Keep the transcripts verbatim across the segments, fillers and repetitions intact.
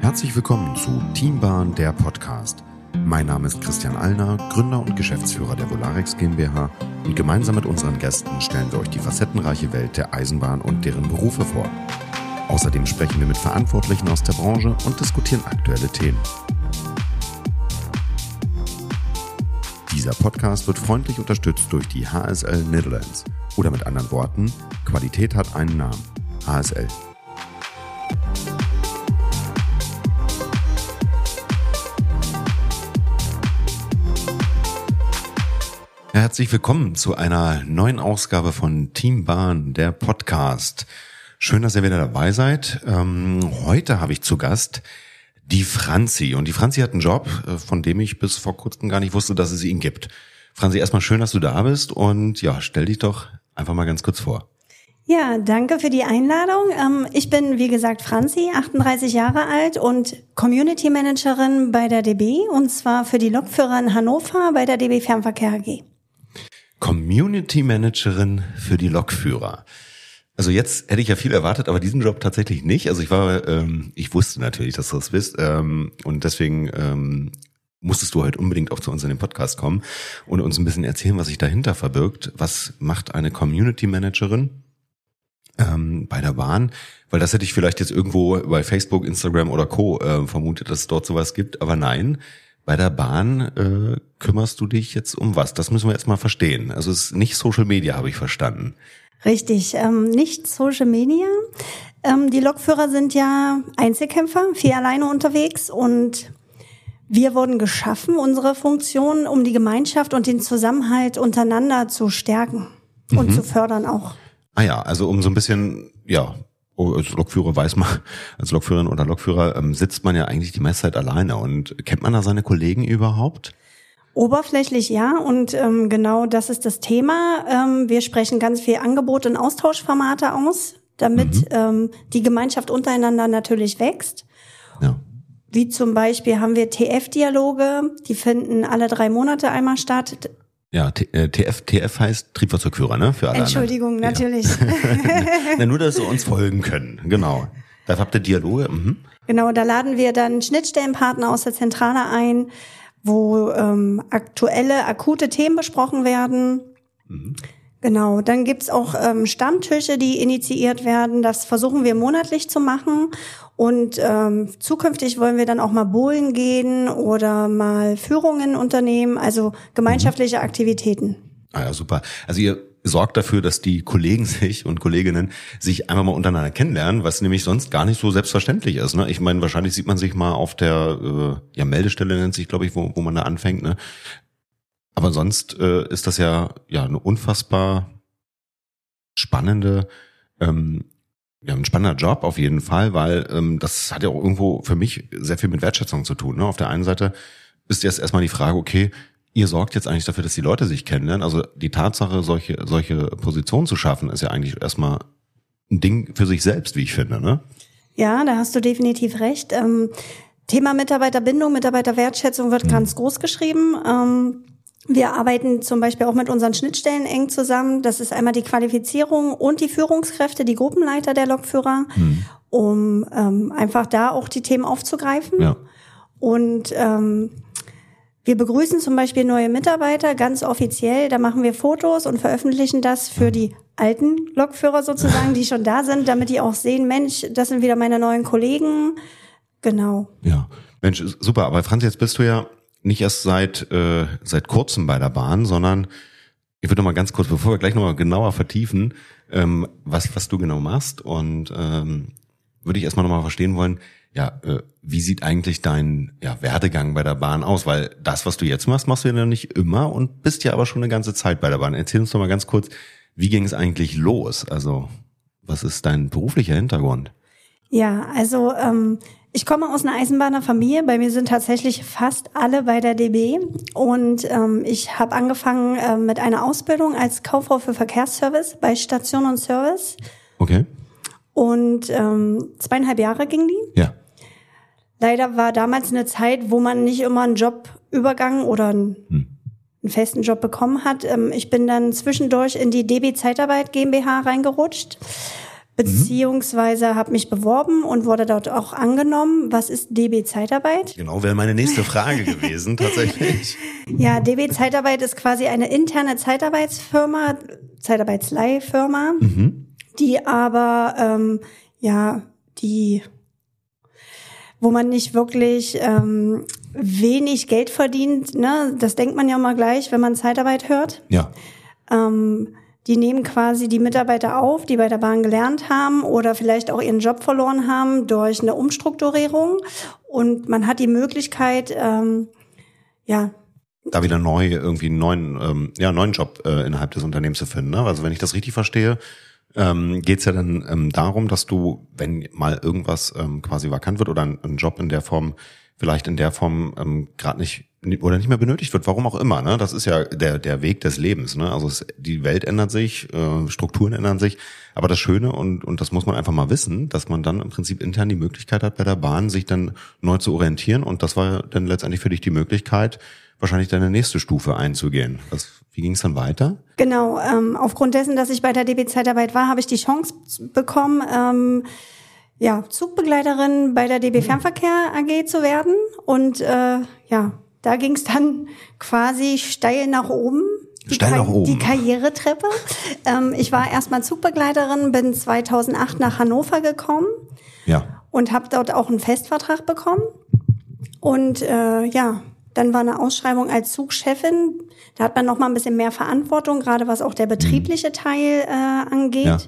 Herzlich willkommen zu Teambahn, der Podcast. Mein Name ist Christian Allner, Gründer und Geschäftsführer der Volarex GmbH, und gemeinsam mit unseren Gästen stellen wir euch die facettenreiche Welt der Eisenbahn und deren Berufe vor. Außerdem sprechen wir mit Verantwortlichen aus der Branche und diskutieren aktuelle Themen. Dieser Podcast wird freundlich unterstützt durch die H S L Netherlands. Oder mit anderen Worten, Qualität hat einen Namen. H S L. Herzlich willkommen zu einer neuen Ausgabe von Teambahn, der Podcast. Schön, dass ihr wieder dabei seid. Ähm, heute habe ich zu Gast die Franzi. Und die Franzi hat einen Job, von dem ich bis vor kurzem gar nicht wusste, dass es ihn gibt. Franzi, erstmal schön, dass du da bist. Und ja, stell dich doch einfach mal ganz kurz vor. Ja, danke für die Einladung. Ich bin, wie gesagt, Franzi, achtunddreißig Jahre alt und Community Managerin bei der D B, und zwar für die Lokführer in Hannover bei der D B Fernverkehr A G. Community Managerin für die Lokführer. Also jetzt hätte ich ja viel erwartet, aber diesen Job tatsächlich nicht. Also ich war, ähm, ich wusste natürlich, dass du das bist, ähm, und deswegen ähm, musstest du heute unbedingt auch zu uns in den Podcast kommen und uns ein bisschen erzählen, was sich dahinter verbirgt. Was macht eine Community Managerin ähm, bei der Bahn? Weil das hätte ich vielleicht jetzt irgendwo bei Facebook, Instagram oder Co. Äh, vermutet, dass es dort sowas gibt, aber nein. Bei der Bahn äh, kümmerst du dich jetzt um was? Das müssen wir jetzt mal verstehen. Also es ist nicht Social Media, habe ich verstanden. Richtig, ähm, nicht Social Media. Ähm, die Lokführer sind ja Einzelkämpfer, viel alleine unterwegs, und wir wurden geschaffen, unsere Funktion, um die Gemeinschaft und den Zusammenhalt untereinander zu stärken und mhm. zu fördern auch. Ah ja, also um so ein bisschen, ja, als Lokführer weiß man, als Lokführerin oder Lokführer ähm, sitzt man ja eigentlich die meiste Zeit alleine. Und kennt man da seine Kollegen überhaupt? Oberflächlich ja, und ähm, genau das ist das Thema. Ähm, wir sprechen ganz viel Angebot- und Austauschformate aus, damit mhm. ähm, die Gemeinschaft untereinander natürlich wächst. Ja. Wie zum Beispiel haben wir T F-Dialoge, die finden alle drei Monate einmal statt. Ja, T F, T F heißt Triebfahrzeugführer, ne? Für alle Entschuldigung, anderen. natürlich. Ja. Na, nur, dass sie uns folgen können, genau. Da habt ihr Dialoge. Mhm. Genau, da laden wir dann Schnittstellenpartner aus der Zentrale ein, wo ähm, aktuelle, akute Themen besprochen werden. Mhm. Genau, dann gibt's auch ähm, Stammtische, die initiiert werden. Das versuchen wir monatlich zu machen. Und ähm, zukünftig wollen wir dann auch mal bowlen gehen oder mal Führungen unternehmen, also gemeinschaftliche mhm. Aktivitäten. Ah ja, super. Also ihr sorgt dafür, dass die Kollegen sich und Kolleginnen sich einfach mal untereinander kennenlernen, was nämlich sonst gar nicht so selbstverständlich ist. Ne? Ich meine, wahrscheinlich sieht man sich mal auf der äh, ja Meldestelle, nennt sich, glaube ich, wo, wo man da anfängt. Ne? Aber sonst äh, ist das ja ja eine unfassbar spannende, ähm, ja ein spannender Job auf jeden Fall, weil ähm, das hat ja auch irgendwo für mich sehr viel mit Wertschätzung zu tun. Ne? Auf der einen Seite ist jetzt erstmal die Frage, okay, ihr sorgt jetzt eigentlich dafür, dass die Leute sich kennenlernen. Also die Tatsache, solche solche Positionen zu schaffen, ist ja eigentlich erstmal ein Ding für sich selbst, wie ich finde. Ne? Ja, da hast du definitiv recht. Ähm, Thema Mitarbeiterbindung, Mitarbeiterwertschätzung wird hm. ganz groß geschrieben. Ähm, Wir arbeiten zum Beispiel auch mit unseren Schnittstellen eng zusammen. Das ist einmal die Qualifizierung und die Führungskräfte, die Gruppenleiter der Lokführer, mhm. um ähm, einfach da auch die Themen aufzugreifen. Ja. Und ähm, wir begrüßen zum Beispiel neue Mitarbeiter ganz offiziell. Da machen wir Fotos und veröffentlichen das für die alten Lokführer sozusagen, die schon da sind, damit die auch sehen, Mensch, das sind wieder meine neuen Kollegen. Genau. Ja, Mensch, super. Aber Franz, jetzt bist du ja nicht erst seit äh, seit kurzem bei der Bahn, sondern ich würde noch mal ganz kurz, bevor wir gleich noch mal genauer vertiefen, ähm, was was du genau machst, und ähm, würde ich erstmal noch mal verstehen wollen, ja, äh, wie sieht eigentlich dein ja, Werdegang bei der Bahn aus? Weil das, was du jetzt machst, machst du ja nicht immer und bist ja aber schon eine ganze Zeit bei der Bahn. Erzähl uns doch mal ganz kurz, wie ging es eigentlich los? Also, was ist dein beruflicher Hintergrund? Ja, also ähm, ich komme aus einer Eisenbahnerfamilie. Bei mir sind tatsächlich fast alle bei der D B. Und ähm, ich habe angefangen äh, mit einer Ausbildung als Kauffrau für Verkehrsservice bei Station und Service. Okay. Und ähm, zweieinhalb Jahre ging die. Ja. Leider war damals eine Zeit, wo man nicht immer einen Jobübergang oder einen, hm. einen festen Job bekommen hat. Ähm, ich bin dann zwischendurch in die D B Zeitarbeit GmbH reingerutscht. beziehungsweise habe mich beworben und wurde dort auch angenommen. Was ist D B Zeitarbeit? Genau, wäre meine nächste Frage gewesen, tatsächlich. Ja, D B Zeitarbeit ist quasi eine interne Zeitarbeitsfirma, Zeitarbeitsleihfirma, mhm. die aber, ähm, ja, die, wo man nicht wirklich ähm, wenig Geld verdient, ne? Das denkt man ja mal gleich, wenn man Zeitarbeit hört. Ja. Ähm, Die nehmen quasi die Mitarbeiter auf, die bei der Bahn gelernt haben oder vielleicht auch ihren Job verloren haben durch eine Umstrukturierung. Und man hat die Möglichkeit, ähm, ja, da wieder neu irgendwie einen neuen, ähm, ja, neuen Job äh, innerhalb des Unternehmens zu finden. Ne? Also wenn ich das richtig verstehe, ähm, geht es ja dann ähm, darum, dass du, wenn mal irgendwas ähm, quasi vakant wird oder ein, ein Job in der Form, vielleicht in der Form ähm, gerade nicht oder nicht mehr benötigt wird, warum auch immer, ne? Das ist ja der der Weg des Lebens, ne? Also es, die Welt ändert sich, äh, Strukturen ändern sich, aber das Schöne und und das muss man einfach mal wissen, dass man dann im Prinzip intern die Möglichkeit hat, bei der Bahn sich dann neu zu orientieren und das war dann letztendlich für dich die Möglichkeit, wahrscheinlich deine nächste Stufe einzugehen. Was, wie ging es dann weiter? Genau, ähm, aufgrund dessen, dass ich bei der D B Zeitarbeit war, habe ich die Chance bekommen, ähm, ja, Zugbegleiterin bei der D B Fernverkehr A G zu werden und äh, ja, da ging es dann quasi steil nach oben. Die steil nach oben. Die Karrieretreppe. Ähm, ich war erstmal Zugbegleiterin, bin zweitausendacht nach Hannover gekommen. Ja. Und habe dort auch einen Festvertrag bekommen. Und äh, ja, dann war eine Ausschreibung als Zugchefin. Da hat man noch mal ein bisschen mehr Verantwortung, gerade was auch der betriebliche mhm. Teil äh, angeht. Ja.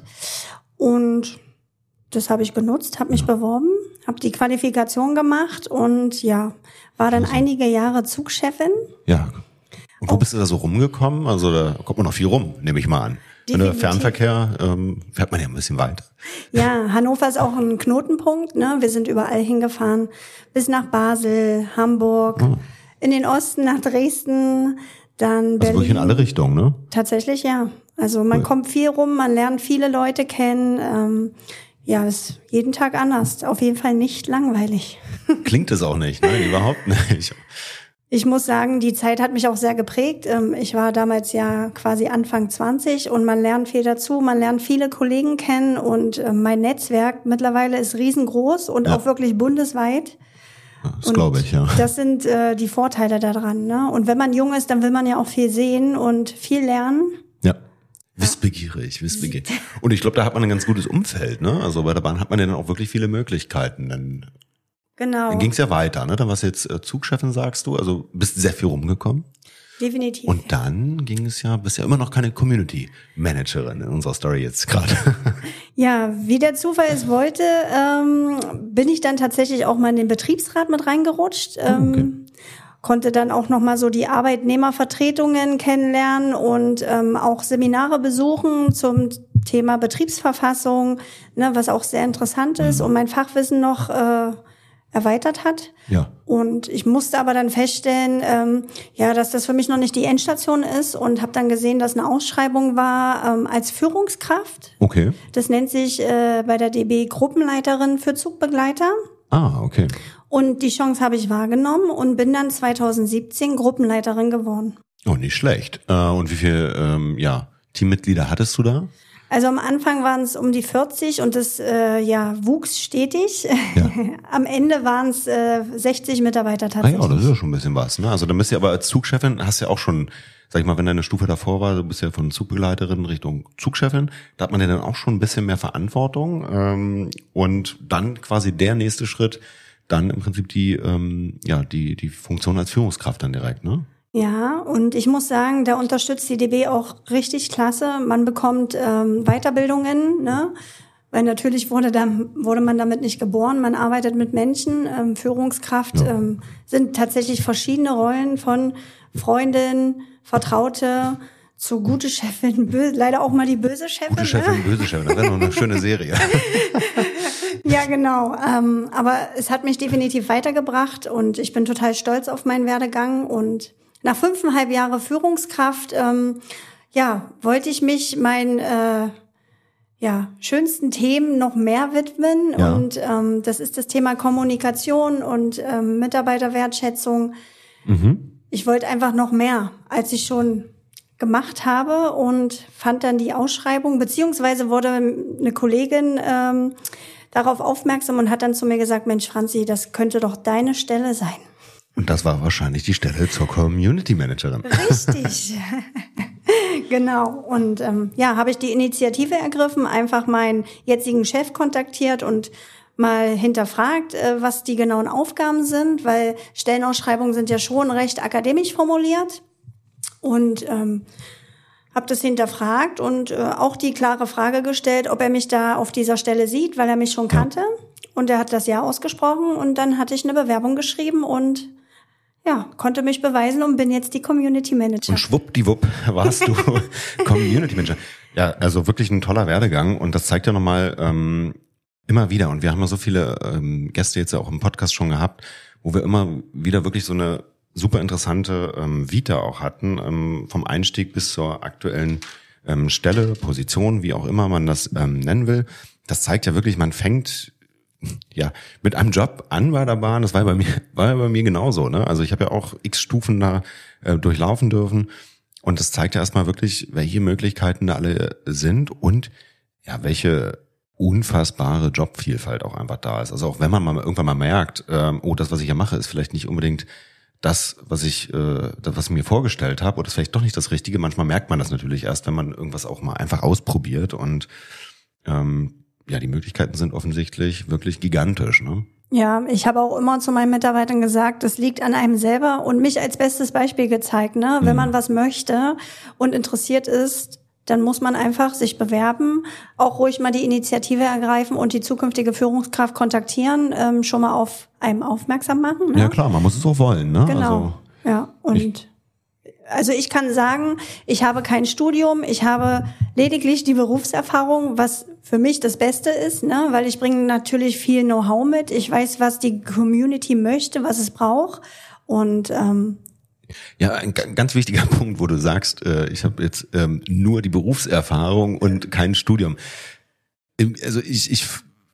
Und das habe ich genutzt, habe mich ja. beworben, habe die Qualifikation gemacht und ja, war dann also. einige Jahre Zugchefin. Ja. Und wo oh. bist du da so rumgekommen? Also da kommt man noch viel rum, nehme ich mal an. Wenn der Fernverkehr ähm, fährt man ja ein bisschen weiter. Ja, Hannover ist auch ein Knotenpunkt, ne? Wir sind überall hingefahren, bis nach Basel, Hamburg, oh. in den Osten nach Dresden, dann Berlin. Also wirklich in alle Richtungen, ne? Tatsächlich, ja. Also man cool. kommt viel rum, man lernt viele Leute kennen. Ähm, Ja, ist jeden Tag anders. Auf jeden Fall nicht langweilig. Klingt es auch nicht, ne? Überhaupt nicht. Ich muss sagen, die Zeit hat mich auch sehr geprägt. Ich war damals ja quasi Anfang zwanzig und man lernt viel dazu. Man lernt viele Kollegen kennen und mein Netzwerk mittlerweile ist riesengroß und ja. auch wirklich bundesweit. Das glaube ich, ja. Das sind äh, die Vorteile daran, ne? Und wenn man jung ist, dann will man ja auch viel sehen und viel lernen. Ja. Wissbegierig, wissbegierig. Und ich glaube, da hat man ein ganz gutes Umfeld, ne? Also bei der Bahn hat man ja dann auch wirklich viele Möglichkeiten. Dann, genau. Dann ging es ja weiter, ne? Dann warst du jetzt äh, Zugchefin, sagst du, also bist sehr viel rumgekommen. Definitiv. Und dann ging es ja, bist ja immer noch keine Community-Managerin in unserer Story jetzt gerade. Ja, wie der Zufall es wollte, ähm, bin ich dann tatsächlich auch mal in den Betriebsrat mit reingerutscht. Ähm, okay. Konnte dann auch nochmal so die Arbeitnehmervertretungen kennenlernen und ähm, auch Seminare besuchen zum Thema Betriebsverfassung, ne, was auch sehr interessant ist mhm. und mein Fachwissen noch äh, erweitert hat. Ja. Und ich musste aber dann feststellen, ähm, ja, dass das für mich noch nicht die Endstation ist und habe dann gesehen, dass eine Ausschreibung war ähm, als Führungskraft. Okay. Das nennt sich äh, bei der D B Gruppenleiterin für Zugbegleiter. Ah, okay. Und die Chance habe ich wahrgenommen und bin dann zweitausendsiebzehn Gruppenleiterin geworden. Oh, nicht schlecht. Äh, und wie viele ähm, ja, Teammitglieder hattest du da? Also am Anfang waren es um die vierzig und das äh, ja, wuchs stetig. Ja. Am Ende waren es äh, sechzig Mitarbeiter tatsächlich. Ah ja, das ist ja schon ein bisschen was. Ne? Also dann bist du aber als Zugchefin, hast ja auch schon, sag ich mal, wenn deine Stufe davor war, du bist ja von Zugbegleiterin Richtung Zugchefin, da hat man ja dann auch schon ein bisschen mehr Verantwortung. Ähm, und dann quasi der nächste Schritt, dann im Prinzip die, ähm, ja, die, die Funktion als Führungskraft dann direkt, ne? Ja, und ich muss sagen, da unterstützt die D B auch richtig klasse. Man bekommt ähm, Weiterbildungen, ne? Weil natürlich wurde da, wurde man damit nicht geboren. Man arbeitet mit Menschen. Ähm, Führungskraft ja. ähm, sind tatsächlich verschiedene Rollen von Freundin, Vertraute zu gute Chefin, böse, leider auch mal die böse Chefin. Gute Chefin, ne? Böse Chefin, das wäre noch eine schöne Serie. Ja, genau. Ähm, aber es hat mich definitiv weitergebracht und ich bin total stolz auf meinen Werdegang. Und nach fünfeinhalb Jahre Führungskraft, ähm, ja, wollte ich mich meinen äh, ja, schönsten Themen noch mehr widmen. Ja. Und ähm, das ist das Thema Kommunikation und ähm, Mitarbeiterwertschätzung. Mhm. Ich wollte einfach noch mehr, als ich schon gemacht habe und fand dann die Ausschreibung, beziehungsweise wurde eine Kollegin ähm, darauf aufmerksam und hat dann zu mir gesagt, Mensch, Franzi, das könnte doch deine Stelle sein. Und das war wahrscheinlich die Stelle zur Community Managerin. Richtig. Genau. Und ähm, ja, habe ich die Initiative ergriffen, einfach meinen jetzigen Chef kontaktiert und mal hinterfragt, äh, was die genauen Aufgaben sind, weil Stellenausschreibungen sind ja schon recht akademisch formuliert. Und ähm, habe das hinterfragt und äh, auch die klare Frage gestellt, ob er mich da auf dieser Stelle sieht, weil er mich schon kannte. Ja. Und er hat das Ja ausgesprochen und dann hatte ich eine Bewerbung geschrieben und ja, konnte mich beweisen und bin jetzt die Community Manager. Und schwuppdiwupp warst du Community Manager. Ja, also wirklich ein toller Werdegang und das zeigt ja nochmal ähm, immer wieder, und wir haben ja so viele ähm, Gäste jetzt ja auch im Podcast schon gehabt, wo wir immer wieder wirklich so eine super interessante ähm, Vita auch hatten, ähm, vom Einstieg bis zur aktuellen ähm, Stelle, Position, wie auch immer man das ähm, nennen will. Das zeigt ja wirklich, man fängt ja mit einem Job an bei der Bahn. Das war bei mir war bei mir genauso, ne? Also ich habe ja auch x Stufen da äh, durchlaufen dürfen und das zeigt ja erstmal wirklich, welche Möglichkeiten da alle sind und ja, welche unfassbare Jobvielfalt auch einfach da ist. Also auch wenn man mal irgendwann mal merkt, ähm, oh, das, was ich ja mache, ist vielleicht nicht unbedingt das, was ich, äh, das, was ich mir vorgestellt habe, oder ist vielleicht doch nicht das Richtige. Manchmal merkt man das natürlich erst, wenn man irgendwas auch mal einfach ausprobiert. Und ähm, ja, die Möglichkeiten sind offensichtlich wirklich gigantisch, ne? Ja, ich habe auch immer zu meinen Mitarbeitern gesagt, das liegt an einem selber und mich als bestes Beispiel gezeigt, ne? Wenn mhm. man was möchte und interessiert ist, dann muss man einfach sich bewerben, auch ruhig mal die Initiative ergreifen und die zukünftige Führungskraft kontaktieren, ähm, schon mal auf einem aufmerksam machen. Ne? Ja klar, man muss es auch wollen, ne? Genau, also, ja. Und ich, also ich kann sagen, ich habe kein Studium, ich habe lediglich die Berufserfahrung, was für mich das Beste ist, ne? Weil ich bringe natürlich viel Know-how mit. Ich weiß, was die Community möchte, was es braucht und ähm, ja, ein ganz wichtiger Punkt, wo du sagst, äh, ich habe jetzt ähm, nur die Berufserfahrung und kein Studium. Also ich, ich,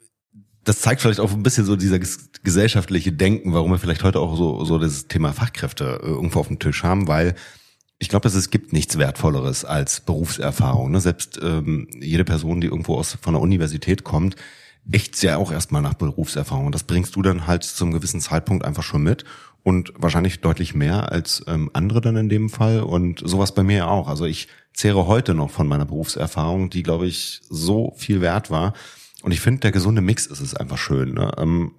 das zeigt vielleicht auch ein bisschen so dieser ges- gesellschaftliche Denken, warum wir vielleicht heute auch so so das Thema Fachkräfte äh, irgendwo auf dem Tisch haben, weil ich glaube, dass es gibt nichts Wertvolleres als Berufserfahrung. Ne? Selbst ähm, jede Person, die irgendwo aus von der Universität kommt, ächzt ja auch erstmal nach Berufserfahrung. Und das bringst du dann halt zum gewissen Zeitpunkt einfach schon mit. Und wahrscheinlich deutlich mehr als ähm, andere dann in dem Fall. Und sowas bei mir ja auch. Also ich zehre heute noch von meiner Berufserfahrung, die, glaube ich, so viel wert war. Und ich finde, der gesunde Mix ist es einfach schön. Ne? Ähm,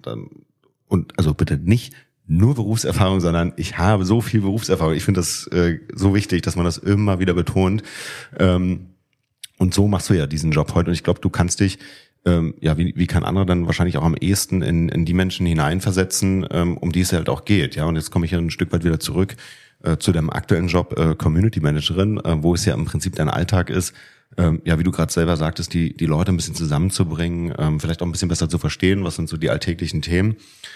und also bitte nicht nur Berufserfahrung, sondern ich habe so viel Berufserfahrung. Ich finde das äh, so wichtig, dass man das immer wieder betont. Ähm, und so machst du ja diesen Job heute. Und ich glaube, du kannst dich Ähm, ja, wie, wie kann andere dann wahrscheinlich auch am ehesten in, in die Menschen hineinversetzen, ähm, um die es halt auch geht, ja. Und jetzt komme ich ja ein Stück weit wieder zurück äh, zu deinem aktuellen Job, äh, Community Managerin, äh, wo es ja im Prinzip dein Alltag ist, ähm, ja, wie du gerade selber sagtest, die die Leute ein bisschen zusammenzubringen, ähm, vielleicht auch ein bisschen besser zu verstehen, was sind so die alltäglichen Themen.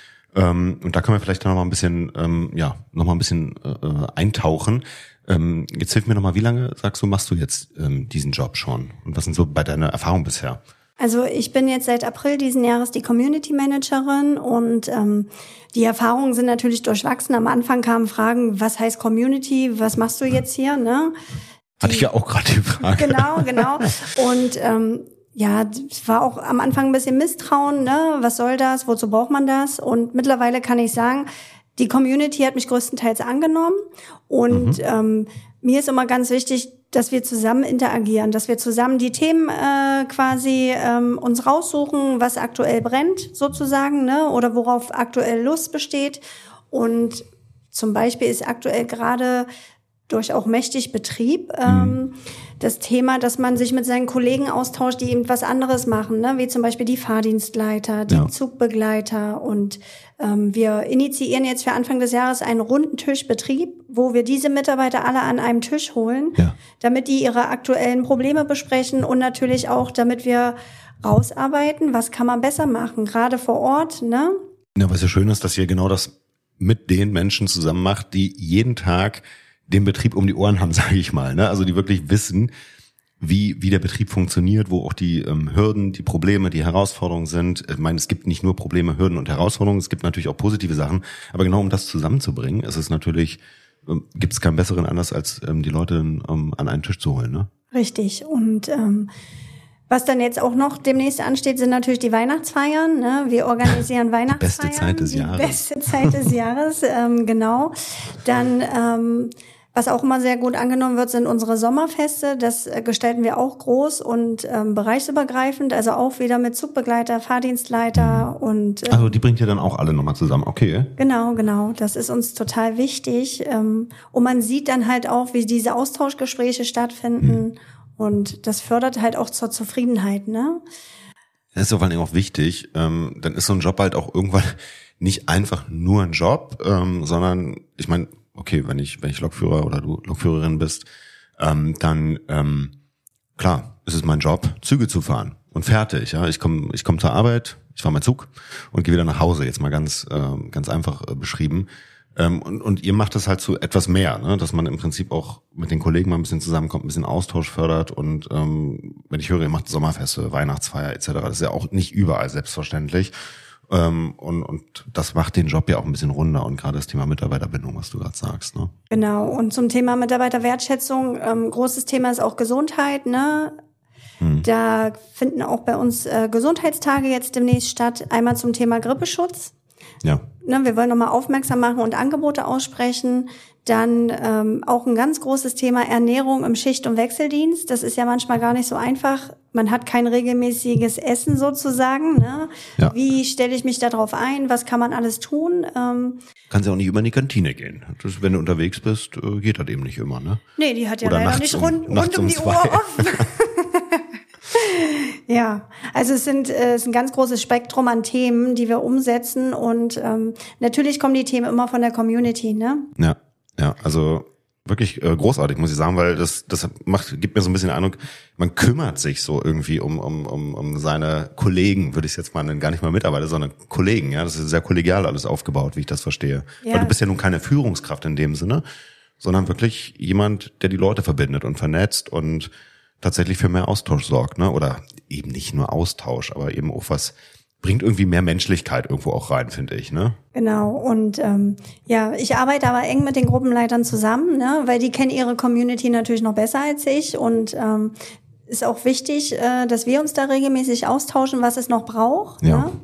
Ähm, und da können wir vielleicht noch mal ein bisschen, ähm, ja, noch mal ein bisschen äh, eintauchen. Ähm, jetzt hilf mir noch mal, wie lange, sagst du, machst du jetzt ähm, diesen Job schon? Und was sind so bei deiner Erfahrung bisher? Also ich bin jetzt seit April diesen Jahres die Community Managerin und ähm, die Erfahrungen sind natürlich durchwachsen. Am Anfang kamen Fragen, was heißt Community, was machst du jetzt hier, ne? Die, Hatte ich ja auch gerade die Frage. Genau, genau. Und ähm, ja, es war auch am Anfang ein bisschen Misstrauen, ne? Was soll das, wozu braucht man das? Und mittlerweile kann ich sagen, die Community hat mich größtenteils angenommen und mhm. ähm, mir ist immer ganz wichtig, dass wir zusammen interagieren, dass wir zusammen die Themen äh, quasi ähm, uns raussuchen, was aktuell brennt sozusagen, ne, oder worauf aktuell Lust besteht. Und zum Beispiel ist aktuell gerade durch auch mächtig Betrieb ähm, mhm. das Thema, dass man sich mit seinen Kollegen austauscht, die eben was anderes machen, ne, wie zum Beispiel die Fahrdienstleiter, die ja. Zugbegleiter. Und ähm, wir initiieren jetzt für Anfang des Jahres einen runden Tischbetrieb, wo wir diese Mitarbeiter alle an einem Tisch holen, ja. damit die ihre aktuellen Probleme besprechen und natürlich auch, damit wir rausarbeiten, was kann man besser machen, gerade vor Ort, ne? Ja, was ja schön ist, dass ihr genau das mit den Menschen zusammen macht, die jeden Tag den Betrieb um die Ohren haben, sage ich mal, ne? Also die wirklich wissen, wie wie der Betrieb funktioniert, wo auch die ähm, Hürden, die Probleme, die Herausforderungen sind. Ich meine, es gibt nicht nur Probleme, Hürden und Herausforderungen, es gibt natürlich auch positive Sachen, aber genau um das zusammenzubringen, ist es natürlich ähm, gibt es keinen besseren Anlass, als ähm, die Leute ähm, an einen Tisch zu holen, ne? Richtig. Und ähm, was dann jetzt auch noch demnächst ansteht, sind natürlich die Weihnachtsfeiern. Ne? Wir organisieren Weihnachtsfeiern. Die beste Zeit des Jahres. Die beste Zeit des Jahres, ähm, genau. Dann, ähm, was auch immer sehr gut angenommen wird, sind unsere Sommerfeste. Das äh, gestalten wir auch groß und ähm, bereichsübergreifend. Also auch wieder mit Zugbegleiter, Fahrdienstleiter und... Äh, Also die bringt ihr dann auch alle nochmal zusammen, okay. Genau, genau. Das ist uns total wichtig. Ähm, und man sieht dann halt auch, wie diese Austauschgespräche stattfinden. Hm. Und das fördert halt auch zur Zufriedenheit, ne? Das ist vor allen Dingen auch wichtig. Ähm, dann ist so ein Job halt auch irgendwann nicht einfach nur ein Job, ähm, sondern ich meine, okay, wenn ich wenn ich Lokführer oder du Lokführerin bist, ähm, dann ähm, klar, ist es mein Job, Züge zu fahren und fertig. Ja, ich komme ich komme zur Arbeit, ich fahre meinen Zug und gehe wieder nach Hause. Jetzt mal ganz äh, ganz einfach äh, beschrieben. Ähm, und, und ihr macht das halt so etwas mehr, ne? Dass man im Prinzip auch mit den Kollegen mal ein bisschen zusammenkommt, ein bisschen Austausch fördert und ähm, wenn ich höre, ihr macht Sommerfeste, Weihnachtsfeier et cetera, das ist ja auch nicht überall selbstverständlich ähm, und, und das macht den Job ja auch ein bisschen runder und gerade das Thema Mitarbeiterbindung, was du gerade sagst, ne? Genau, und zum Thema Mitarbeiterwertschätzung, ähm, großes Thema ist auch Gesundheit, ne? Hm. Da finden auch bei uns äh, Gesundheitstage jetzt demnächst statt, einmal zum Thema Grippeschutz. Ja. Ne, wir wollen nochmal aufmerksam machen und Angebote aussprechen. Dann ähm, auch ein ganz großes Thema Ernährung im Schicht- und Wechseldienst. Das ist ja manchmal gar nicht so einfach. Man hat kein regelmäßiges Essen sozusagen. Ne? Ja. Wie stelle ich mich darauf ein? Was kann man alles tun? Ähm, Kannst ja auch nicht immer in die Kantine gehen. Das, wenn du unterwegs bist, geht das eben nicht immer, ne? Nee, die hat ja Oder leider nicht rund, um, rund um, um die zwei. Uhr offen. Ja, also es sind äh, es ist ein ganz großes Spektrum an Themen, die wir umsetzen und ähm, natürlich kommen die Themen immer von der Community, ne? Ja, ja, also wirklich äh, großartig, muss ich sagen, weil das das macht gibt mir so ein bisschen den Eindruck, man kümmert sich so irgendwie um um um, um seine Kollegen, würde ich jetzt mal nennen, gar nicht mal Mitarbeiter, sondern Kollegen, ja, das ist sehr kollegial alles aufgebaut, wie ich das verstehe. Ja. Weil du bist ja nun keine Führungskraft in dem Sinne, sondern wirklich jemand, der die Leute verbindet und vernetzt und tatsächlich für mehr Austausch sorgt, ne? Oder eben nicht nur Austausch, aber eben auch was bringt irgendwie mehr Menschlichkeit irgendwo auch rein, finde ich, ne? Genau. Und ähm, ja, ich arbeite aber eng mit den Gruppenleitern zusammen, ne? Weil die kennen ihre Community natürlich noch besser als ich und ähm, ist auch wichtig, äh, dass wir uns da regelmäßig austauschen, was es noch braucht. Ja. Ne?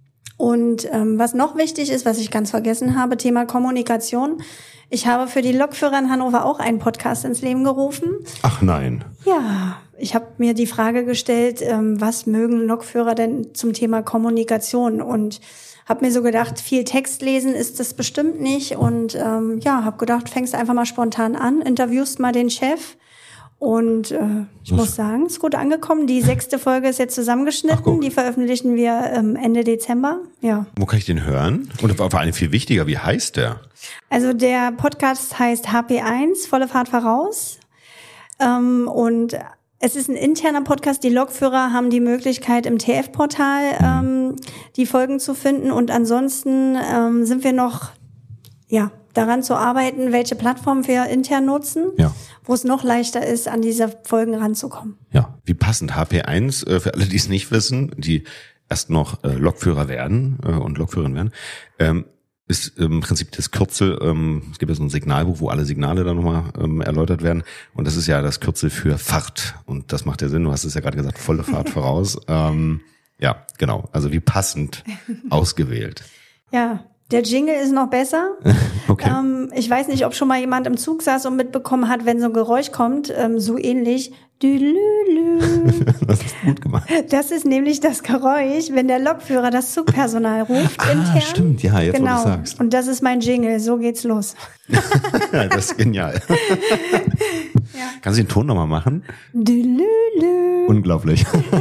Und ähm, was noch wichtig ist, was ich ganz vergessen habe, Thema Kommunikation. Ich habe für die Lokführer in Hannover auch einen Podcast ins Leben gerufen. Ach nein. Ja, ich habe mir die Frage gestellt, ähm, was mögen Lokführer denn zum Thema Kommunikation? Und habe mir so gedacht, viel Text lesen ist das bestimmt nicht. Und ähm, ja, habe gedacht, fängst einfach mal spontan an, interviewst mal den Chef. Und äh, ich was? muss sagen, ist gut angekommen. Die sechste Folge ist jetzt zusammengeschnitten. Die veröffentlichen wir ähm, Ende Dezember. Ja. Wo kann ich den hören? Und vor allem viel wichtiger, wie heißt der? Also der Podcast heißt H P eins, volle Fahrt voraus. Ähm, und es ist ein interner Podcast. Die Lokführer haben die Möglichkeit, im T F-Portal ähm, die Folgen zu finden. Und ansonsten ähm, sind wir noch ja daran zu arbeiten, welche Plattform wir intern nutzen, ja. wo es noch leichter ist, an diese Folgen ranzukommen. Ja, wie passend. H P eins, äh, für alle, die es nicht wissen, die erst noch äh, Lokführer werden äh, und Lokführerin werden, ähm, ist im Prinzip das Kürzel, ähm, es gibt ja so ein Signalbuch, wo alle Signale dann nochmal ähm, erläutert werden und das ist ja das Kürzel für Fahrt und das macht ja Sinn, du hast es ja gerade gesagt, volle Fahrt voraus. Ähm, ja, genau, also wie passend ausgewählt. Ja, der Jingle ist noch besser. Okay. Ähm, ich weiß nicht, ob schon mal jemand im Zug saß und mitbekommen hat, wenn so ein Geräusch kommt, ähm, so ähnlich. Dülülü. Das ist gut gemacht. Das ist nämlich das Geräusch, wenn der Lokführer das Zugpersonal ruft ah, intern. Stimmt, ja, jetzt genau. wo du sagst. Und das ist mein Jingle, so geht's los. Ja, das ist genial. Ja. Kannst du den Ton nochmal machen? Dülülü. Unglaublich.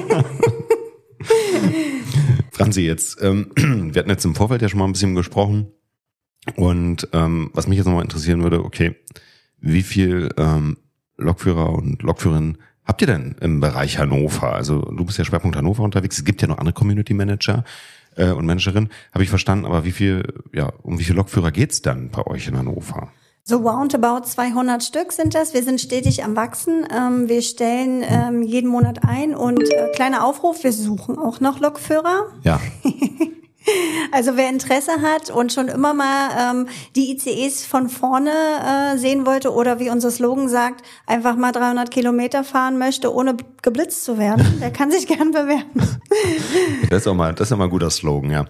Franzi, jetzt, ähm, wir hatten jetzt im Vorfeld ja schon mal ein bisschen gesprochen und ähm, was mich jetzt nochmal interessieren würde, okay, wie viel ähm, Lokführer und Lokführerinnen habt ihr denn im Bereich Hannover? Also du bist ja Schwerpunkt Hannover unterwegs, es gibt ja noch andere Community Manager äh, und Managerinnen, habe ich verstanden, aber wie viel, ja, um wie viele Lokführer geht's dann bei euch in Hannover? So roundabout zweihundert Stück sind das. Wir sind stetig am Wachsen. Ähm, wir stellen ähm, jeden Monat ein und äh, kleiner Aufruf, wir suchen auch noch Lokführer. Ja. Also wer Interesse hat und schon immer mal ähm, die I C Es von vorne äh, sehen wollte oder wie unser Slogan sagt, einfach mal dreihundert Kilometer fahren möchte, ohne geblitzt zu werden, der kann sich gern bewerben. Das ist auch mal, das ist auch mal ein guter Slogan, ja.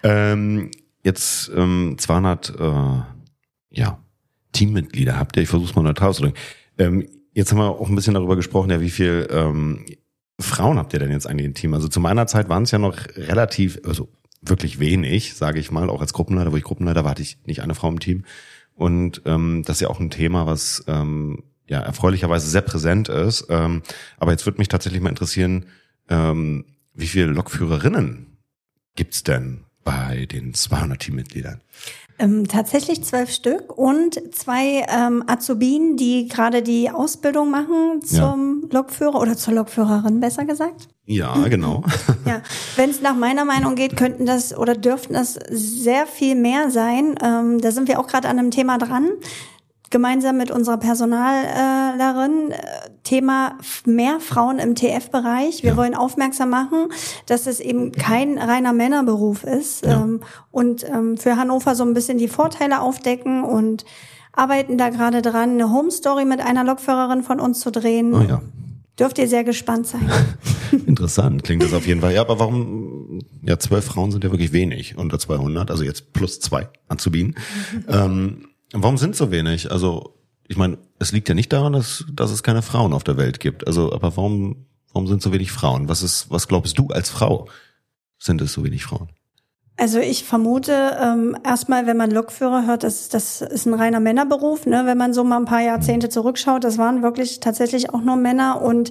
Ähm, jetzt ähm, zweihundert äh, ja, Teammitglieder habt ihr, ich versuche es mal neutral auszudrücken. Ähm, jetzt haben wir auch ein bisschen darüber gesprochen, ja, wie viel ähm, Frauen habt ihr denn jetzt eigentlich im Team? Also zu meiner Zeit waren es ja noch relativ, also wirklich wenig, sage ich mal, auch als Gruppenleiter, wo ich Gruppenleiter war, hatte ich nicht eine Frau im Team. Und ähm, das ist ja auch ein Thema, was ähm, ja erfreulicherweise sehr präsent ist. Ähm, aber jetzt würde mich tatsächlich mal interessieren, ähm, wie viele Lokführerinnen gibt's denn bei den zweihundert Teammitgliedern? Ähm, tatsächlich zwölf Stück und zwei ähm, Azubinen, die gerade die Ausbildung machen zum ja. Lokführer oder zur Lokführerin, besser gesagt. Ja, genau. Ja, wenn es nach meiner Meinung geht, könnten das oder dürften das sehr viel mehr sein. Ähm, da sind wir auch gerade an einem Thema dran. Gemeinsam mit unserer Personalerin, äh, Thema mehr Frauen im T F-Bereich. Wir ja. wollen aufmerksam machen, dass es eben kein reiner Männerberuf ist ja. ähm, und ähm, für Hannover so ein bisschen die Vorteile aufdecken und arbeiten da gerade dran, eine Home-Story mit einer Lokführerin von uns zu drehen. Oh ja. Dürft ihr sehr gespannt sein. Interessant, klingt das auf jeden Fall. Ja, aber warum, ja, zwölf Frauen sind ja wirklich wenig unter zweihundert, also jetzt plus zwei Azubinen. Mhm. Ähm, Warum sind so wenig? Also, ich meine, es liegt ja nicht daran, dass, dass es keine Frauen auf der Welt gibt. Also, aber warum, warum sind so wenig Frauen? Was ist, was glaubst du als Frau? Sind es so wenig Frauen? Also ich vermute ähm, erstmal, wenn man Lokführer hört, das, das ist ein reiner Männerberuf. Ne? Wenn man so mal ein paar Jahrzehnte zurückschaut, das waren wirklich tatsächlich auch nur Männer und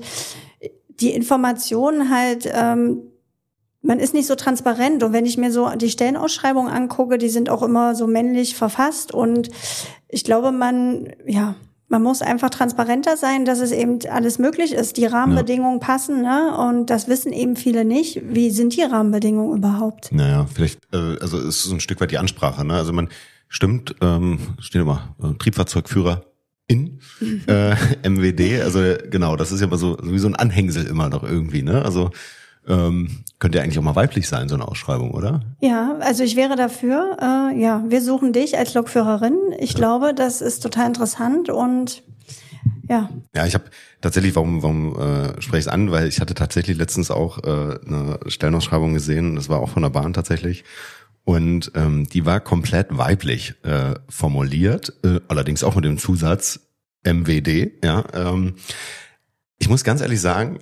die Informationen halt. Ähm, Man ist nicht so transparent und wenn ich mir so die Stellenausschreibungen angucke, die sind auch immer so männlich verfasst und ich glaube, man, ja, man muss einfach transparenter sein, dass es eben alles möglich ist. Die Rahmenbedingungen ja. passen, ne? Und das wissen eben viele nicht. Wie sind die Rahmenbedingungen überhaupt? Naja, vielleicht, äh, also es ist so ein Stück weit die Ansprache, ne? Also man stimmt, ähm, steht immer äh, Triebfahrzeugführer in mhm. äh, M W D, also genau, das ist ja immer so wie so ein Anhängsel immer noch irgendwie, ne? Also Ähm, könnte ja eigentlich auch mal weiblich sein, so eine Ausschreibung, oder? Ja, also ich wäre dafür. Äh, ja, wir suchen dich als Lokführerin. Ich ja. glaube, das ist total interessant und ja. Ja, ich habe tatsächlich, warum, warum äh, spreche ich es an? Weil ich hatte tatsächlich letztens auch äh, eine Stellenausschreibung gesehen. Das war auch von der Bahn tatsächlich. Und ähm, die war komplett weiblich äh, formuliert, äh, allerdings auch mit dem Zusatz M W D. Ja, ähm, ich muss ganz ehrlich sagen,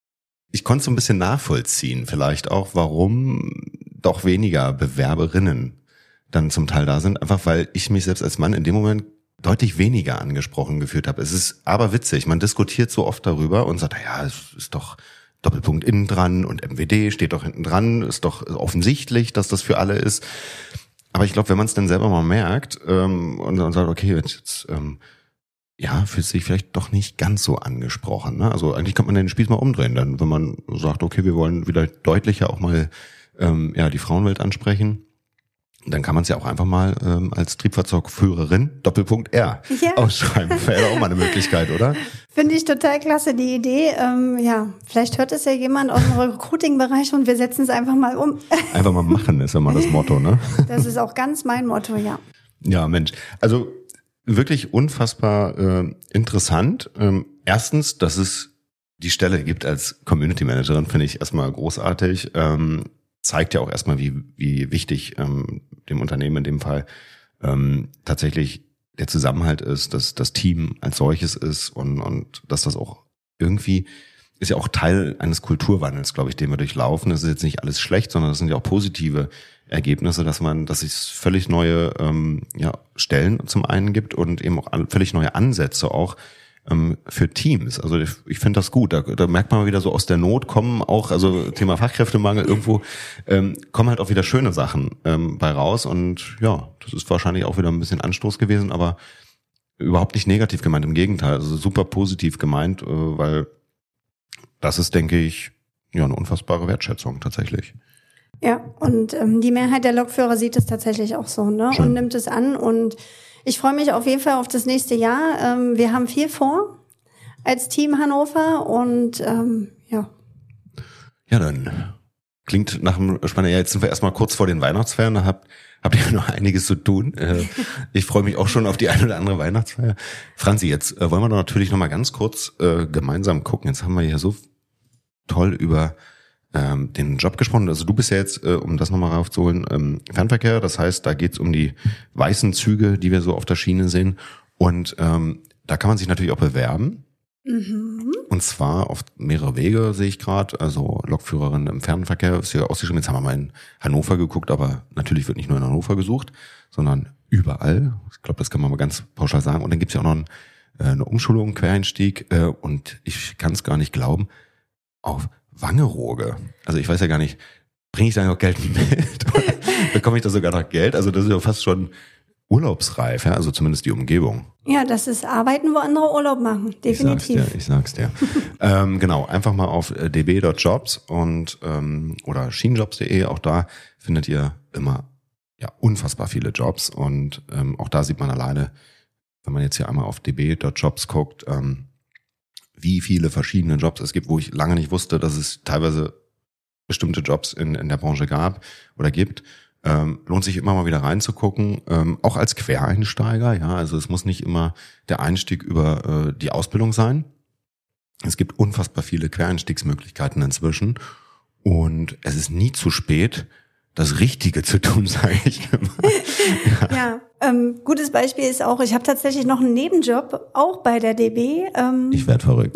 ich konnte so ein bisschen nachvollziehen, vielleicht auch, warum doch weniger Bewerberinnen dann zum Teil da sind, einfach weil ich mich selbst als Mann in dem Moment deutlich weniger angesprochen gefühlt habe. Es ist aber witzig, man diskutiert so oft darüber und sagt, ja, es ist doch Doppelpunkt innen dran und M W D steht doch hinten dran, ist doch offensichtlich, dass das für alle ist. Aber ich glaube, wenn man es dann selber mal merkt ähm, und, und sagt, okay, jetzt ähm, ja, fühlt sich vielleicht doch nicht ganz so angesprochen. Ne? Also eigentlich kann man den Spieß mal umdrehen, dann, wenn man sagt, okay, wir wollen wieder deutlicher auch mal ähm, ja die Frauenwelt ansprechen, dann kann man es ja auch einfach mal ähm, als Triebfahrzeugführerin Doppelpunkt R ja. ausschreiben. Wäre ja auch mal eine Möglichkeit, oder? Finde ich total klasse, die Idee. Ähm, ja, vielleicht hört es ja jemand aus dem Recruiting-Bereich und wir setzen es einfach mal um. Einfach mal machen ist ja mal das Motto, ne? Das ist auch ganz mein Motto, ja. Ja, Mensch. Also wirklich unfassbar äh, interessant. Ähm, erstens, dass es die Stelle gibt als Community Managerin, finde ich erstmal großartig. Ähm, zeigt ja auch erstmal, wie wie wichtig ähm, dem Unternehmen in dem Fall ähm, tatsächlich der Zusammenhalt ist, dass das Team als solches ist und und dass das auch irgendwie ist ja auch Teil eines Kulturwandels, glaube ich, den wir durchlaufen. Das ist jetzt nicht alles schlecht, sondern das sind ja auch positive Ergebnisse, dass man, dass es völlig neue ähm, ja, Stellen zum einen gibt und eben auch an, völlig neue Ansätze auch ähm, für Teams. Also ich, ich finde das gut. Da, da merkt man mal wieder so aus der Not kommen auch, also Thema Fachkräftemangel irgendwo ähm, kommen halt auch wieder schöne Sachen ähm, bei raus und ja, das ist wahrscheinlich auch wieder ein bisschen Anstoß gewesen, aber überhaupt nicht negativ gemeint, im Gegenteil, also super positiv gemeint, äh, weil das ist, denke ich, ja eine unfassbare Wertschätzung tatsächlich. Ja, und ähm, die Mehrheit der Lokführer sieht es tatsächlich auch so, ne? Schön. Und nimmt es an. Und ich freue mich auf jeden Fall auf das nächste Jahr. Ähm, wir haben viel vor als Team Hannover und ähm, ja. Ja, dann klingt nach einem spannenden, ja, jetzt sind wir erstmal kurz vor den Weihnachtsfeiern, da habt, habt ihr noch einiges zu tun. Ich freue mich auch schon auf die eine oder andere Weihnachtsfeier. Franzi, jetzt wollen wir doch natürlich noch mal ganz kurz äh, gemeinsam gucken. Jetzt haben wir hier so toll über ähm, den Job gesprochen. Also du bist ja jetzt, äh, um das nochmal raufzuholen, ähm, Fernverkehr. Das heißt, da geht's um die weißen Züge, die wir so auf der Schiene sehen. Und ähm, da kann man sich natürlich auch bewerben. Mhm. Und zwar auf mehrere Wege, sehe ich gerade. Also Lokführerin im Fernverkehr ist ja ausgeschrieben. Jetzt haben wir mal in Hannover geguckt, aber natürlich wird nicht nur in Hannover gesucht, sondern überall. Ich glaube, das kann man mal ganz pauschal sagen. Und dann gibt's ja auch noch ein, äh, eine Umschulung, Quereinstieg. Äh, und ich kann es gar nicht glauben, auf Wangerooge. Also ich weiß ja gar nicht, bringe ich da noch Geld mit? Oder bekomme ich da sogar noch Geld? Also das ist ja fast schon urlaubsreif, ja, also zumindest die Umgebung. Ja, das ist Arbeiten, wo andere Urlaub machen, definitiv. Ich sag's dir, ich sag's dir. ähm, genau, einfach mal auf d b punkt jobs und ähm, oder schienenjobs punkt de, auch da findet ihr immer ja unfassbar viele Jobs und ähm, auch da sieht man alleine, wenn man jetzt hier einmal auf d b punkt jobs guckt, ähm, wie viele verschiedene Jobs es gibt, wo ich lange nicht wusste, dass es teilweise bestimmte Jobs in, in der Branche gab oder gibt. Ähm, lohnt sich immer mal wieder reinzugucken, ähm, auch als Quereinsteiger, ja, also es muss nicht immer der Einstieg über äh, die Ausbildung sein. Es gibt unfassbar viele Quereinstiegsmöglichkeiten inzwischen und es ist nie zu spät, das Richtige zu tun, sage ich immer. Ja, ja ähm, gutes Beispiel ist auch, ich habe tatsächlich noch einen Nebenjob, auch bei der D B. Ähm, ich werd verrückt.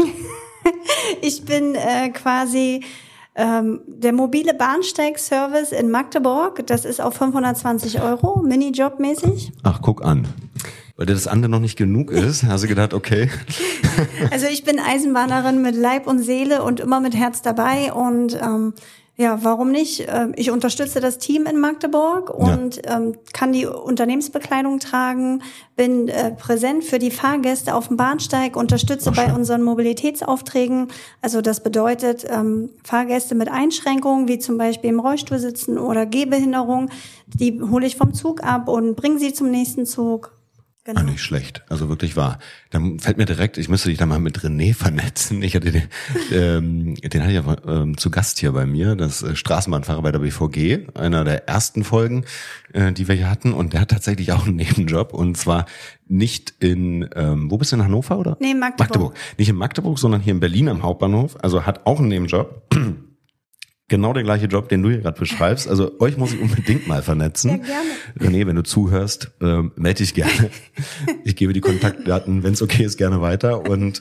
Ich bin äh, quasi Ähm, der mobile Bahnsteigservice in Magdeburg, das ist auf fünfhundertzwanzig Euro, Minijob-mäßig. Ach, guck an. Weil dir das andere noch nicht genug ist, hast du gedacht, okay. Also ich bin Eisenbahnerin mit Leib und Seele und immer mit Herz dabei und ähm, ja, warum nicht? Ich unterstütze das Team in Magdeburg und ja. ähm, kann die Unternehmensbekleidung tragen, bin äh, präsent für die Fahrgäste auf dem Bahnsteig, unterstütze bei unseren Mobilitätsaufträgen. Also das bedeutet ähm, Fahrgäste mit Einschränkungen, wie zum Beispiel im Rollstuhl sitzen oder Gehbehinderung, die hole ich vom Zug ab und bringe sie zum nächsten Zug. Genau. Ah, nicht schlecht, also wirklich wahr. Dann fällt mir direkt, ich müsste dich da mal mit René vernetzen. Ich hatte den, ähm, den hatte ich ja ähm, zu Gast hier bei mir, das äh, Straßenbahnfahrer bei der B V G, einer der ersten Folgen, äh, die wir hier hatten. Und der hat tatsächlich auch einen Nebenjob und zwar nicht in, ähm, wo bist du, in Hannover oder? Nee, in Magdeburg. Magdeburg. Nicht in Magdeburg, sondern hier in Berlin am Hauptbahnhof. Also hat auch einen Nebenjob. Genau der gleiche Job, den du hier gerade beschreibst. Also euch muss ich unbedingt mal vernetzen. Ja, gerne. René, wenn du zuhörst, ähm, melde dich gerne. Ich gebe die Kontaktdaten, wenn es okay ist, gerne weiter. Und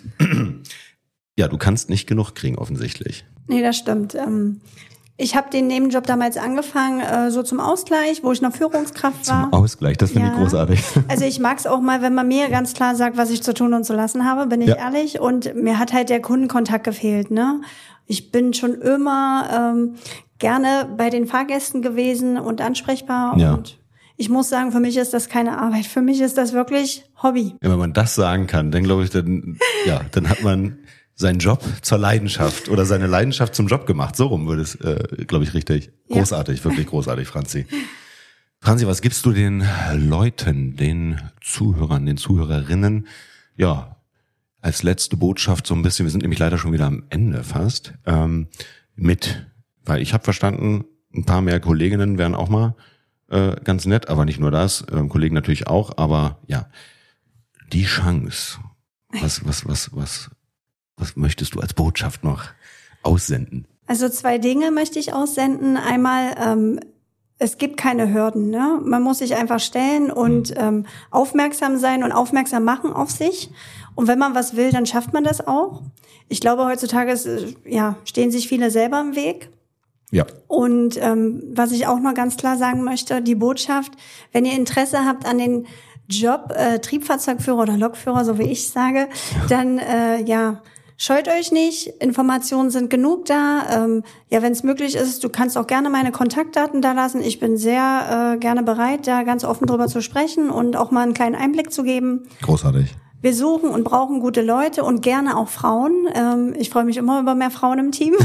ja, du kannst nicht genug kriegen, offensichtlich. Nee, das stimmt. Ähm, ich habe den Nebenjob damals angefangen, äh, so zum Ausgleich, wo ich noch Führungskraft war. Zum Ausgleich, das finde ja. ich großartig. Also ich mag es auch mal, wenn man mir ganz klar sagt, was ich zu tun und zu lassen habe, bin ich ja. ehrlich. Und mir hat halt der Kundenkontakt gefehlt, ne? Ich bin schon immer ähm, gerne bei den Fahrgästen gewesen und ansprechbar. Ja. Und ich muss sagen, für mich ist das keine Arbeit. Für mich ist das wirklich Hobby. Ja, wenn man das sagen kann, dann glaube ich, dann ja, dann hat man seinen Job zur Leidenschaft oder seine Leidenschaft zum Job gemacht. So rum würde es, äh, glaube ich, richtig. Großartig, ja. Wirklich großartig, Franzi. Franzi, was gibst du den Leuten, den Zuhörern, den Zuhörerinnen, ja, als letzte Botschaft so ein bisschen, wir sind nämlich leider schon wieder am Ende fast, ähm, mit, weil ich habe verstanden, ein paar mehr Kolleginnen wären auch mal äh, ganz nett, aber nicht nur das, äh, Kollegen natürlich auch, aber ja, die Chance, was, was, was, was, was möchtest du als Botschaft noch aussenden? Also zwei Dinge möchte ich aussenden. Einmal, ähm, es gibt keine Hürden, ne? Man muss sich einfach stellen und ähm, aufmerksam sein und aufmerksam machen auf sich. Und wenn man was will, dann schafft man das auch. Ich glaube, heutzutage ist, ja, stehen sich viele selber im Weg. Ja. Und ähm, was ich auch noch ganz klar sagen möchte, die Botschaft, wenn ihr Interesse habt an den Job äh, Triebfahrzeugführer oder Lokführer, so wie ich sage, dann äh, ja, scheut euch nicht, Informationen sind genug da. Ähm, ja, wenn es möglich ist, du kannst auch gerne meine Kontaktdaten da lassen. Ich bin sehr äh, gerne bereit, da ganz offen drüber zu sprechen und auch mal einen kleinen Einblick zu geben. Großartig. Wir suchen und brauchen gute Leute und gerne auch Frauen. Ähm, ich freue mich immer über mehr Frauen im Team.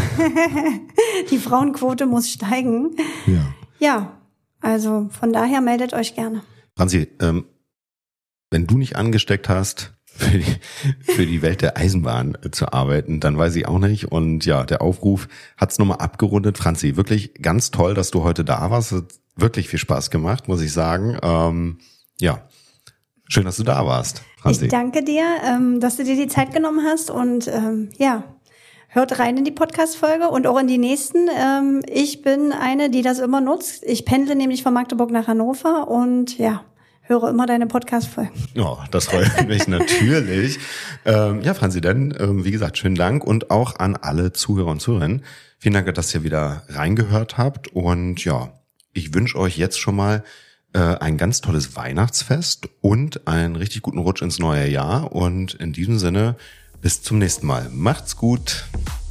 Die Frauenquote muss steigen. Ja. Ja, also von daher meldet euch gerne. Franzi, ähm, wenn du nicht angesteckt hast, für die, für die Welt der Eisenbahn zu arbeiten, dann weiß ich auch nicht. Und ja, der Aufruf hat's nochmal abgerundet. Franzi, wirklich ganz toll, dass du heute da warst. Hat wirklich viel Spaß gemacht, muss ich sagen. Ähm, ja, schön, dass du da warst, Franzi. Ich danke dir, ähm, dass du dir die Zeit genommen hast und ähm, ja, hört rein in die Podcast-Folge und auch in die nächsten. Ähm, ich bin eine, die das immer nutzt. Ich pendle nämlich von Magdeburg nach Hannover und ja, höre immer deine Podcast-Folgen. Ja, das freut mich natürlich. Ähm, ja, Franzi, dann, ähm, wie gesagt, schönen Dank und auch an alle Zuhörer und Zuhörerinnen. Vielen Dank, dass ihr wieder reingehört habt und ja, ich wünsche euch jetzt schon mal äh, ein ganz tolles Weihnachtsfest und einen richtig guten Rutsch ins neue Jahr und in diesem Sinne bis zum nächsten Mal. Macht's gut.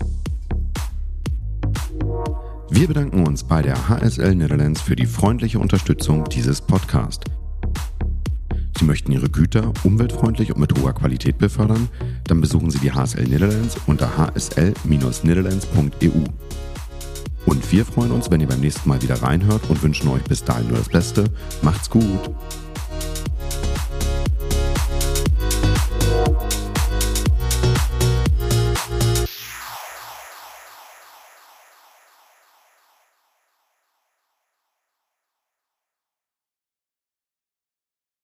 Wir bedanken uns bei der H S L Netherlands für die freundliche Unterstützung dieses Podcasts. Sie möchten Ihre Güter umweltfreundlich und mit hoher Qualität befördern? Dann besuchen Sie die H S L Netherlands unter h s l dash netherlands punkt e u. Und wir freuen uns, wenn ihr beim nächsten Mal wieder reinhört und wünschen euch bis dahin nur das Beste. Macht's gut!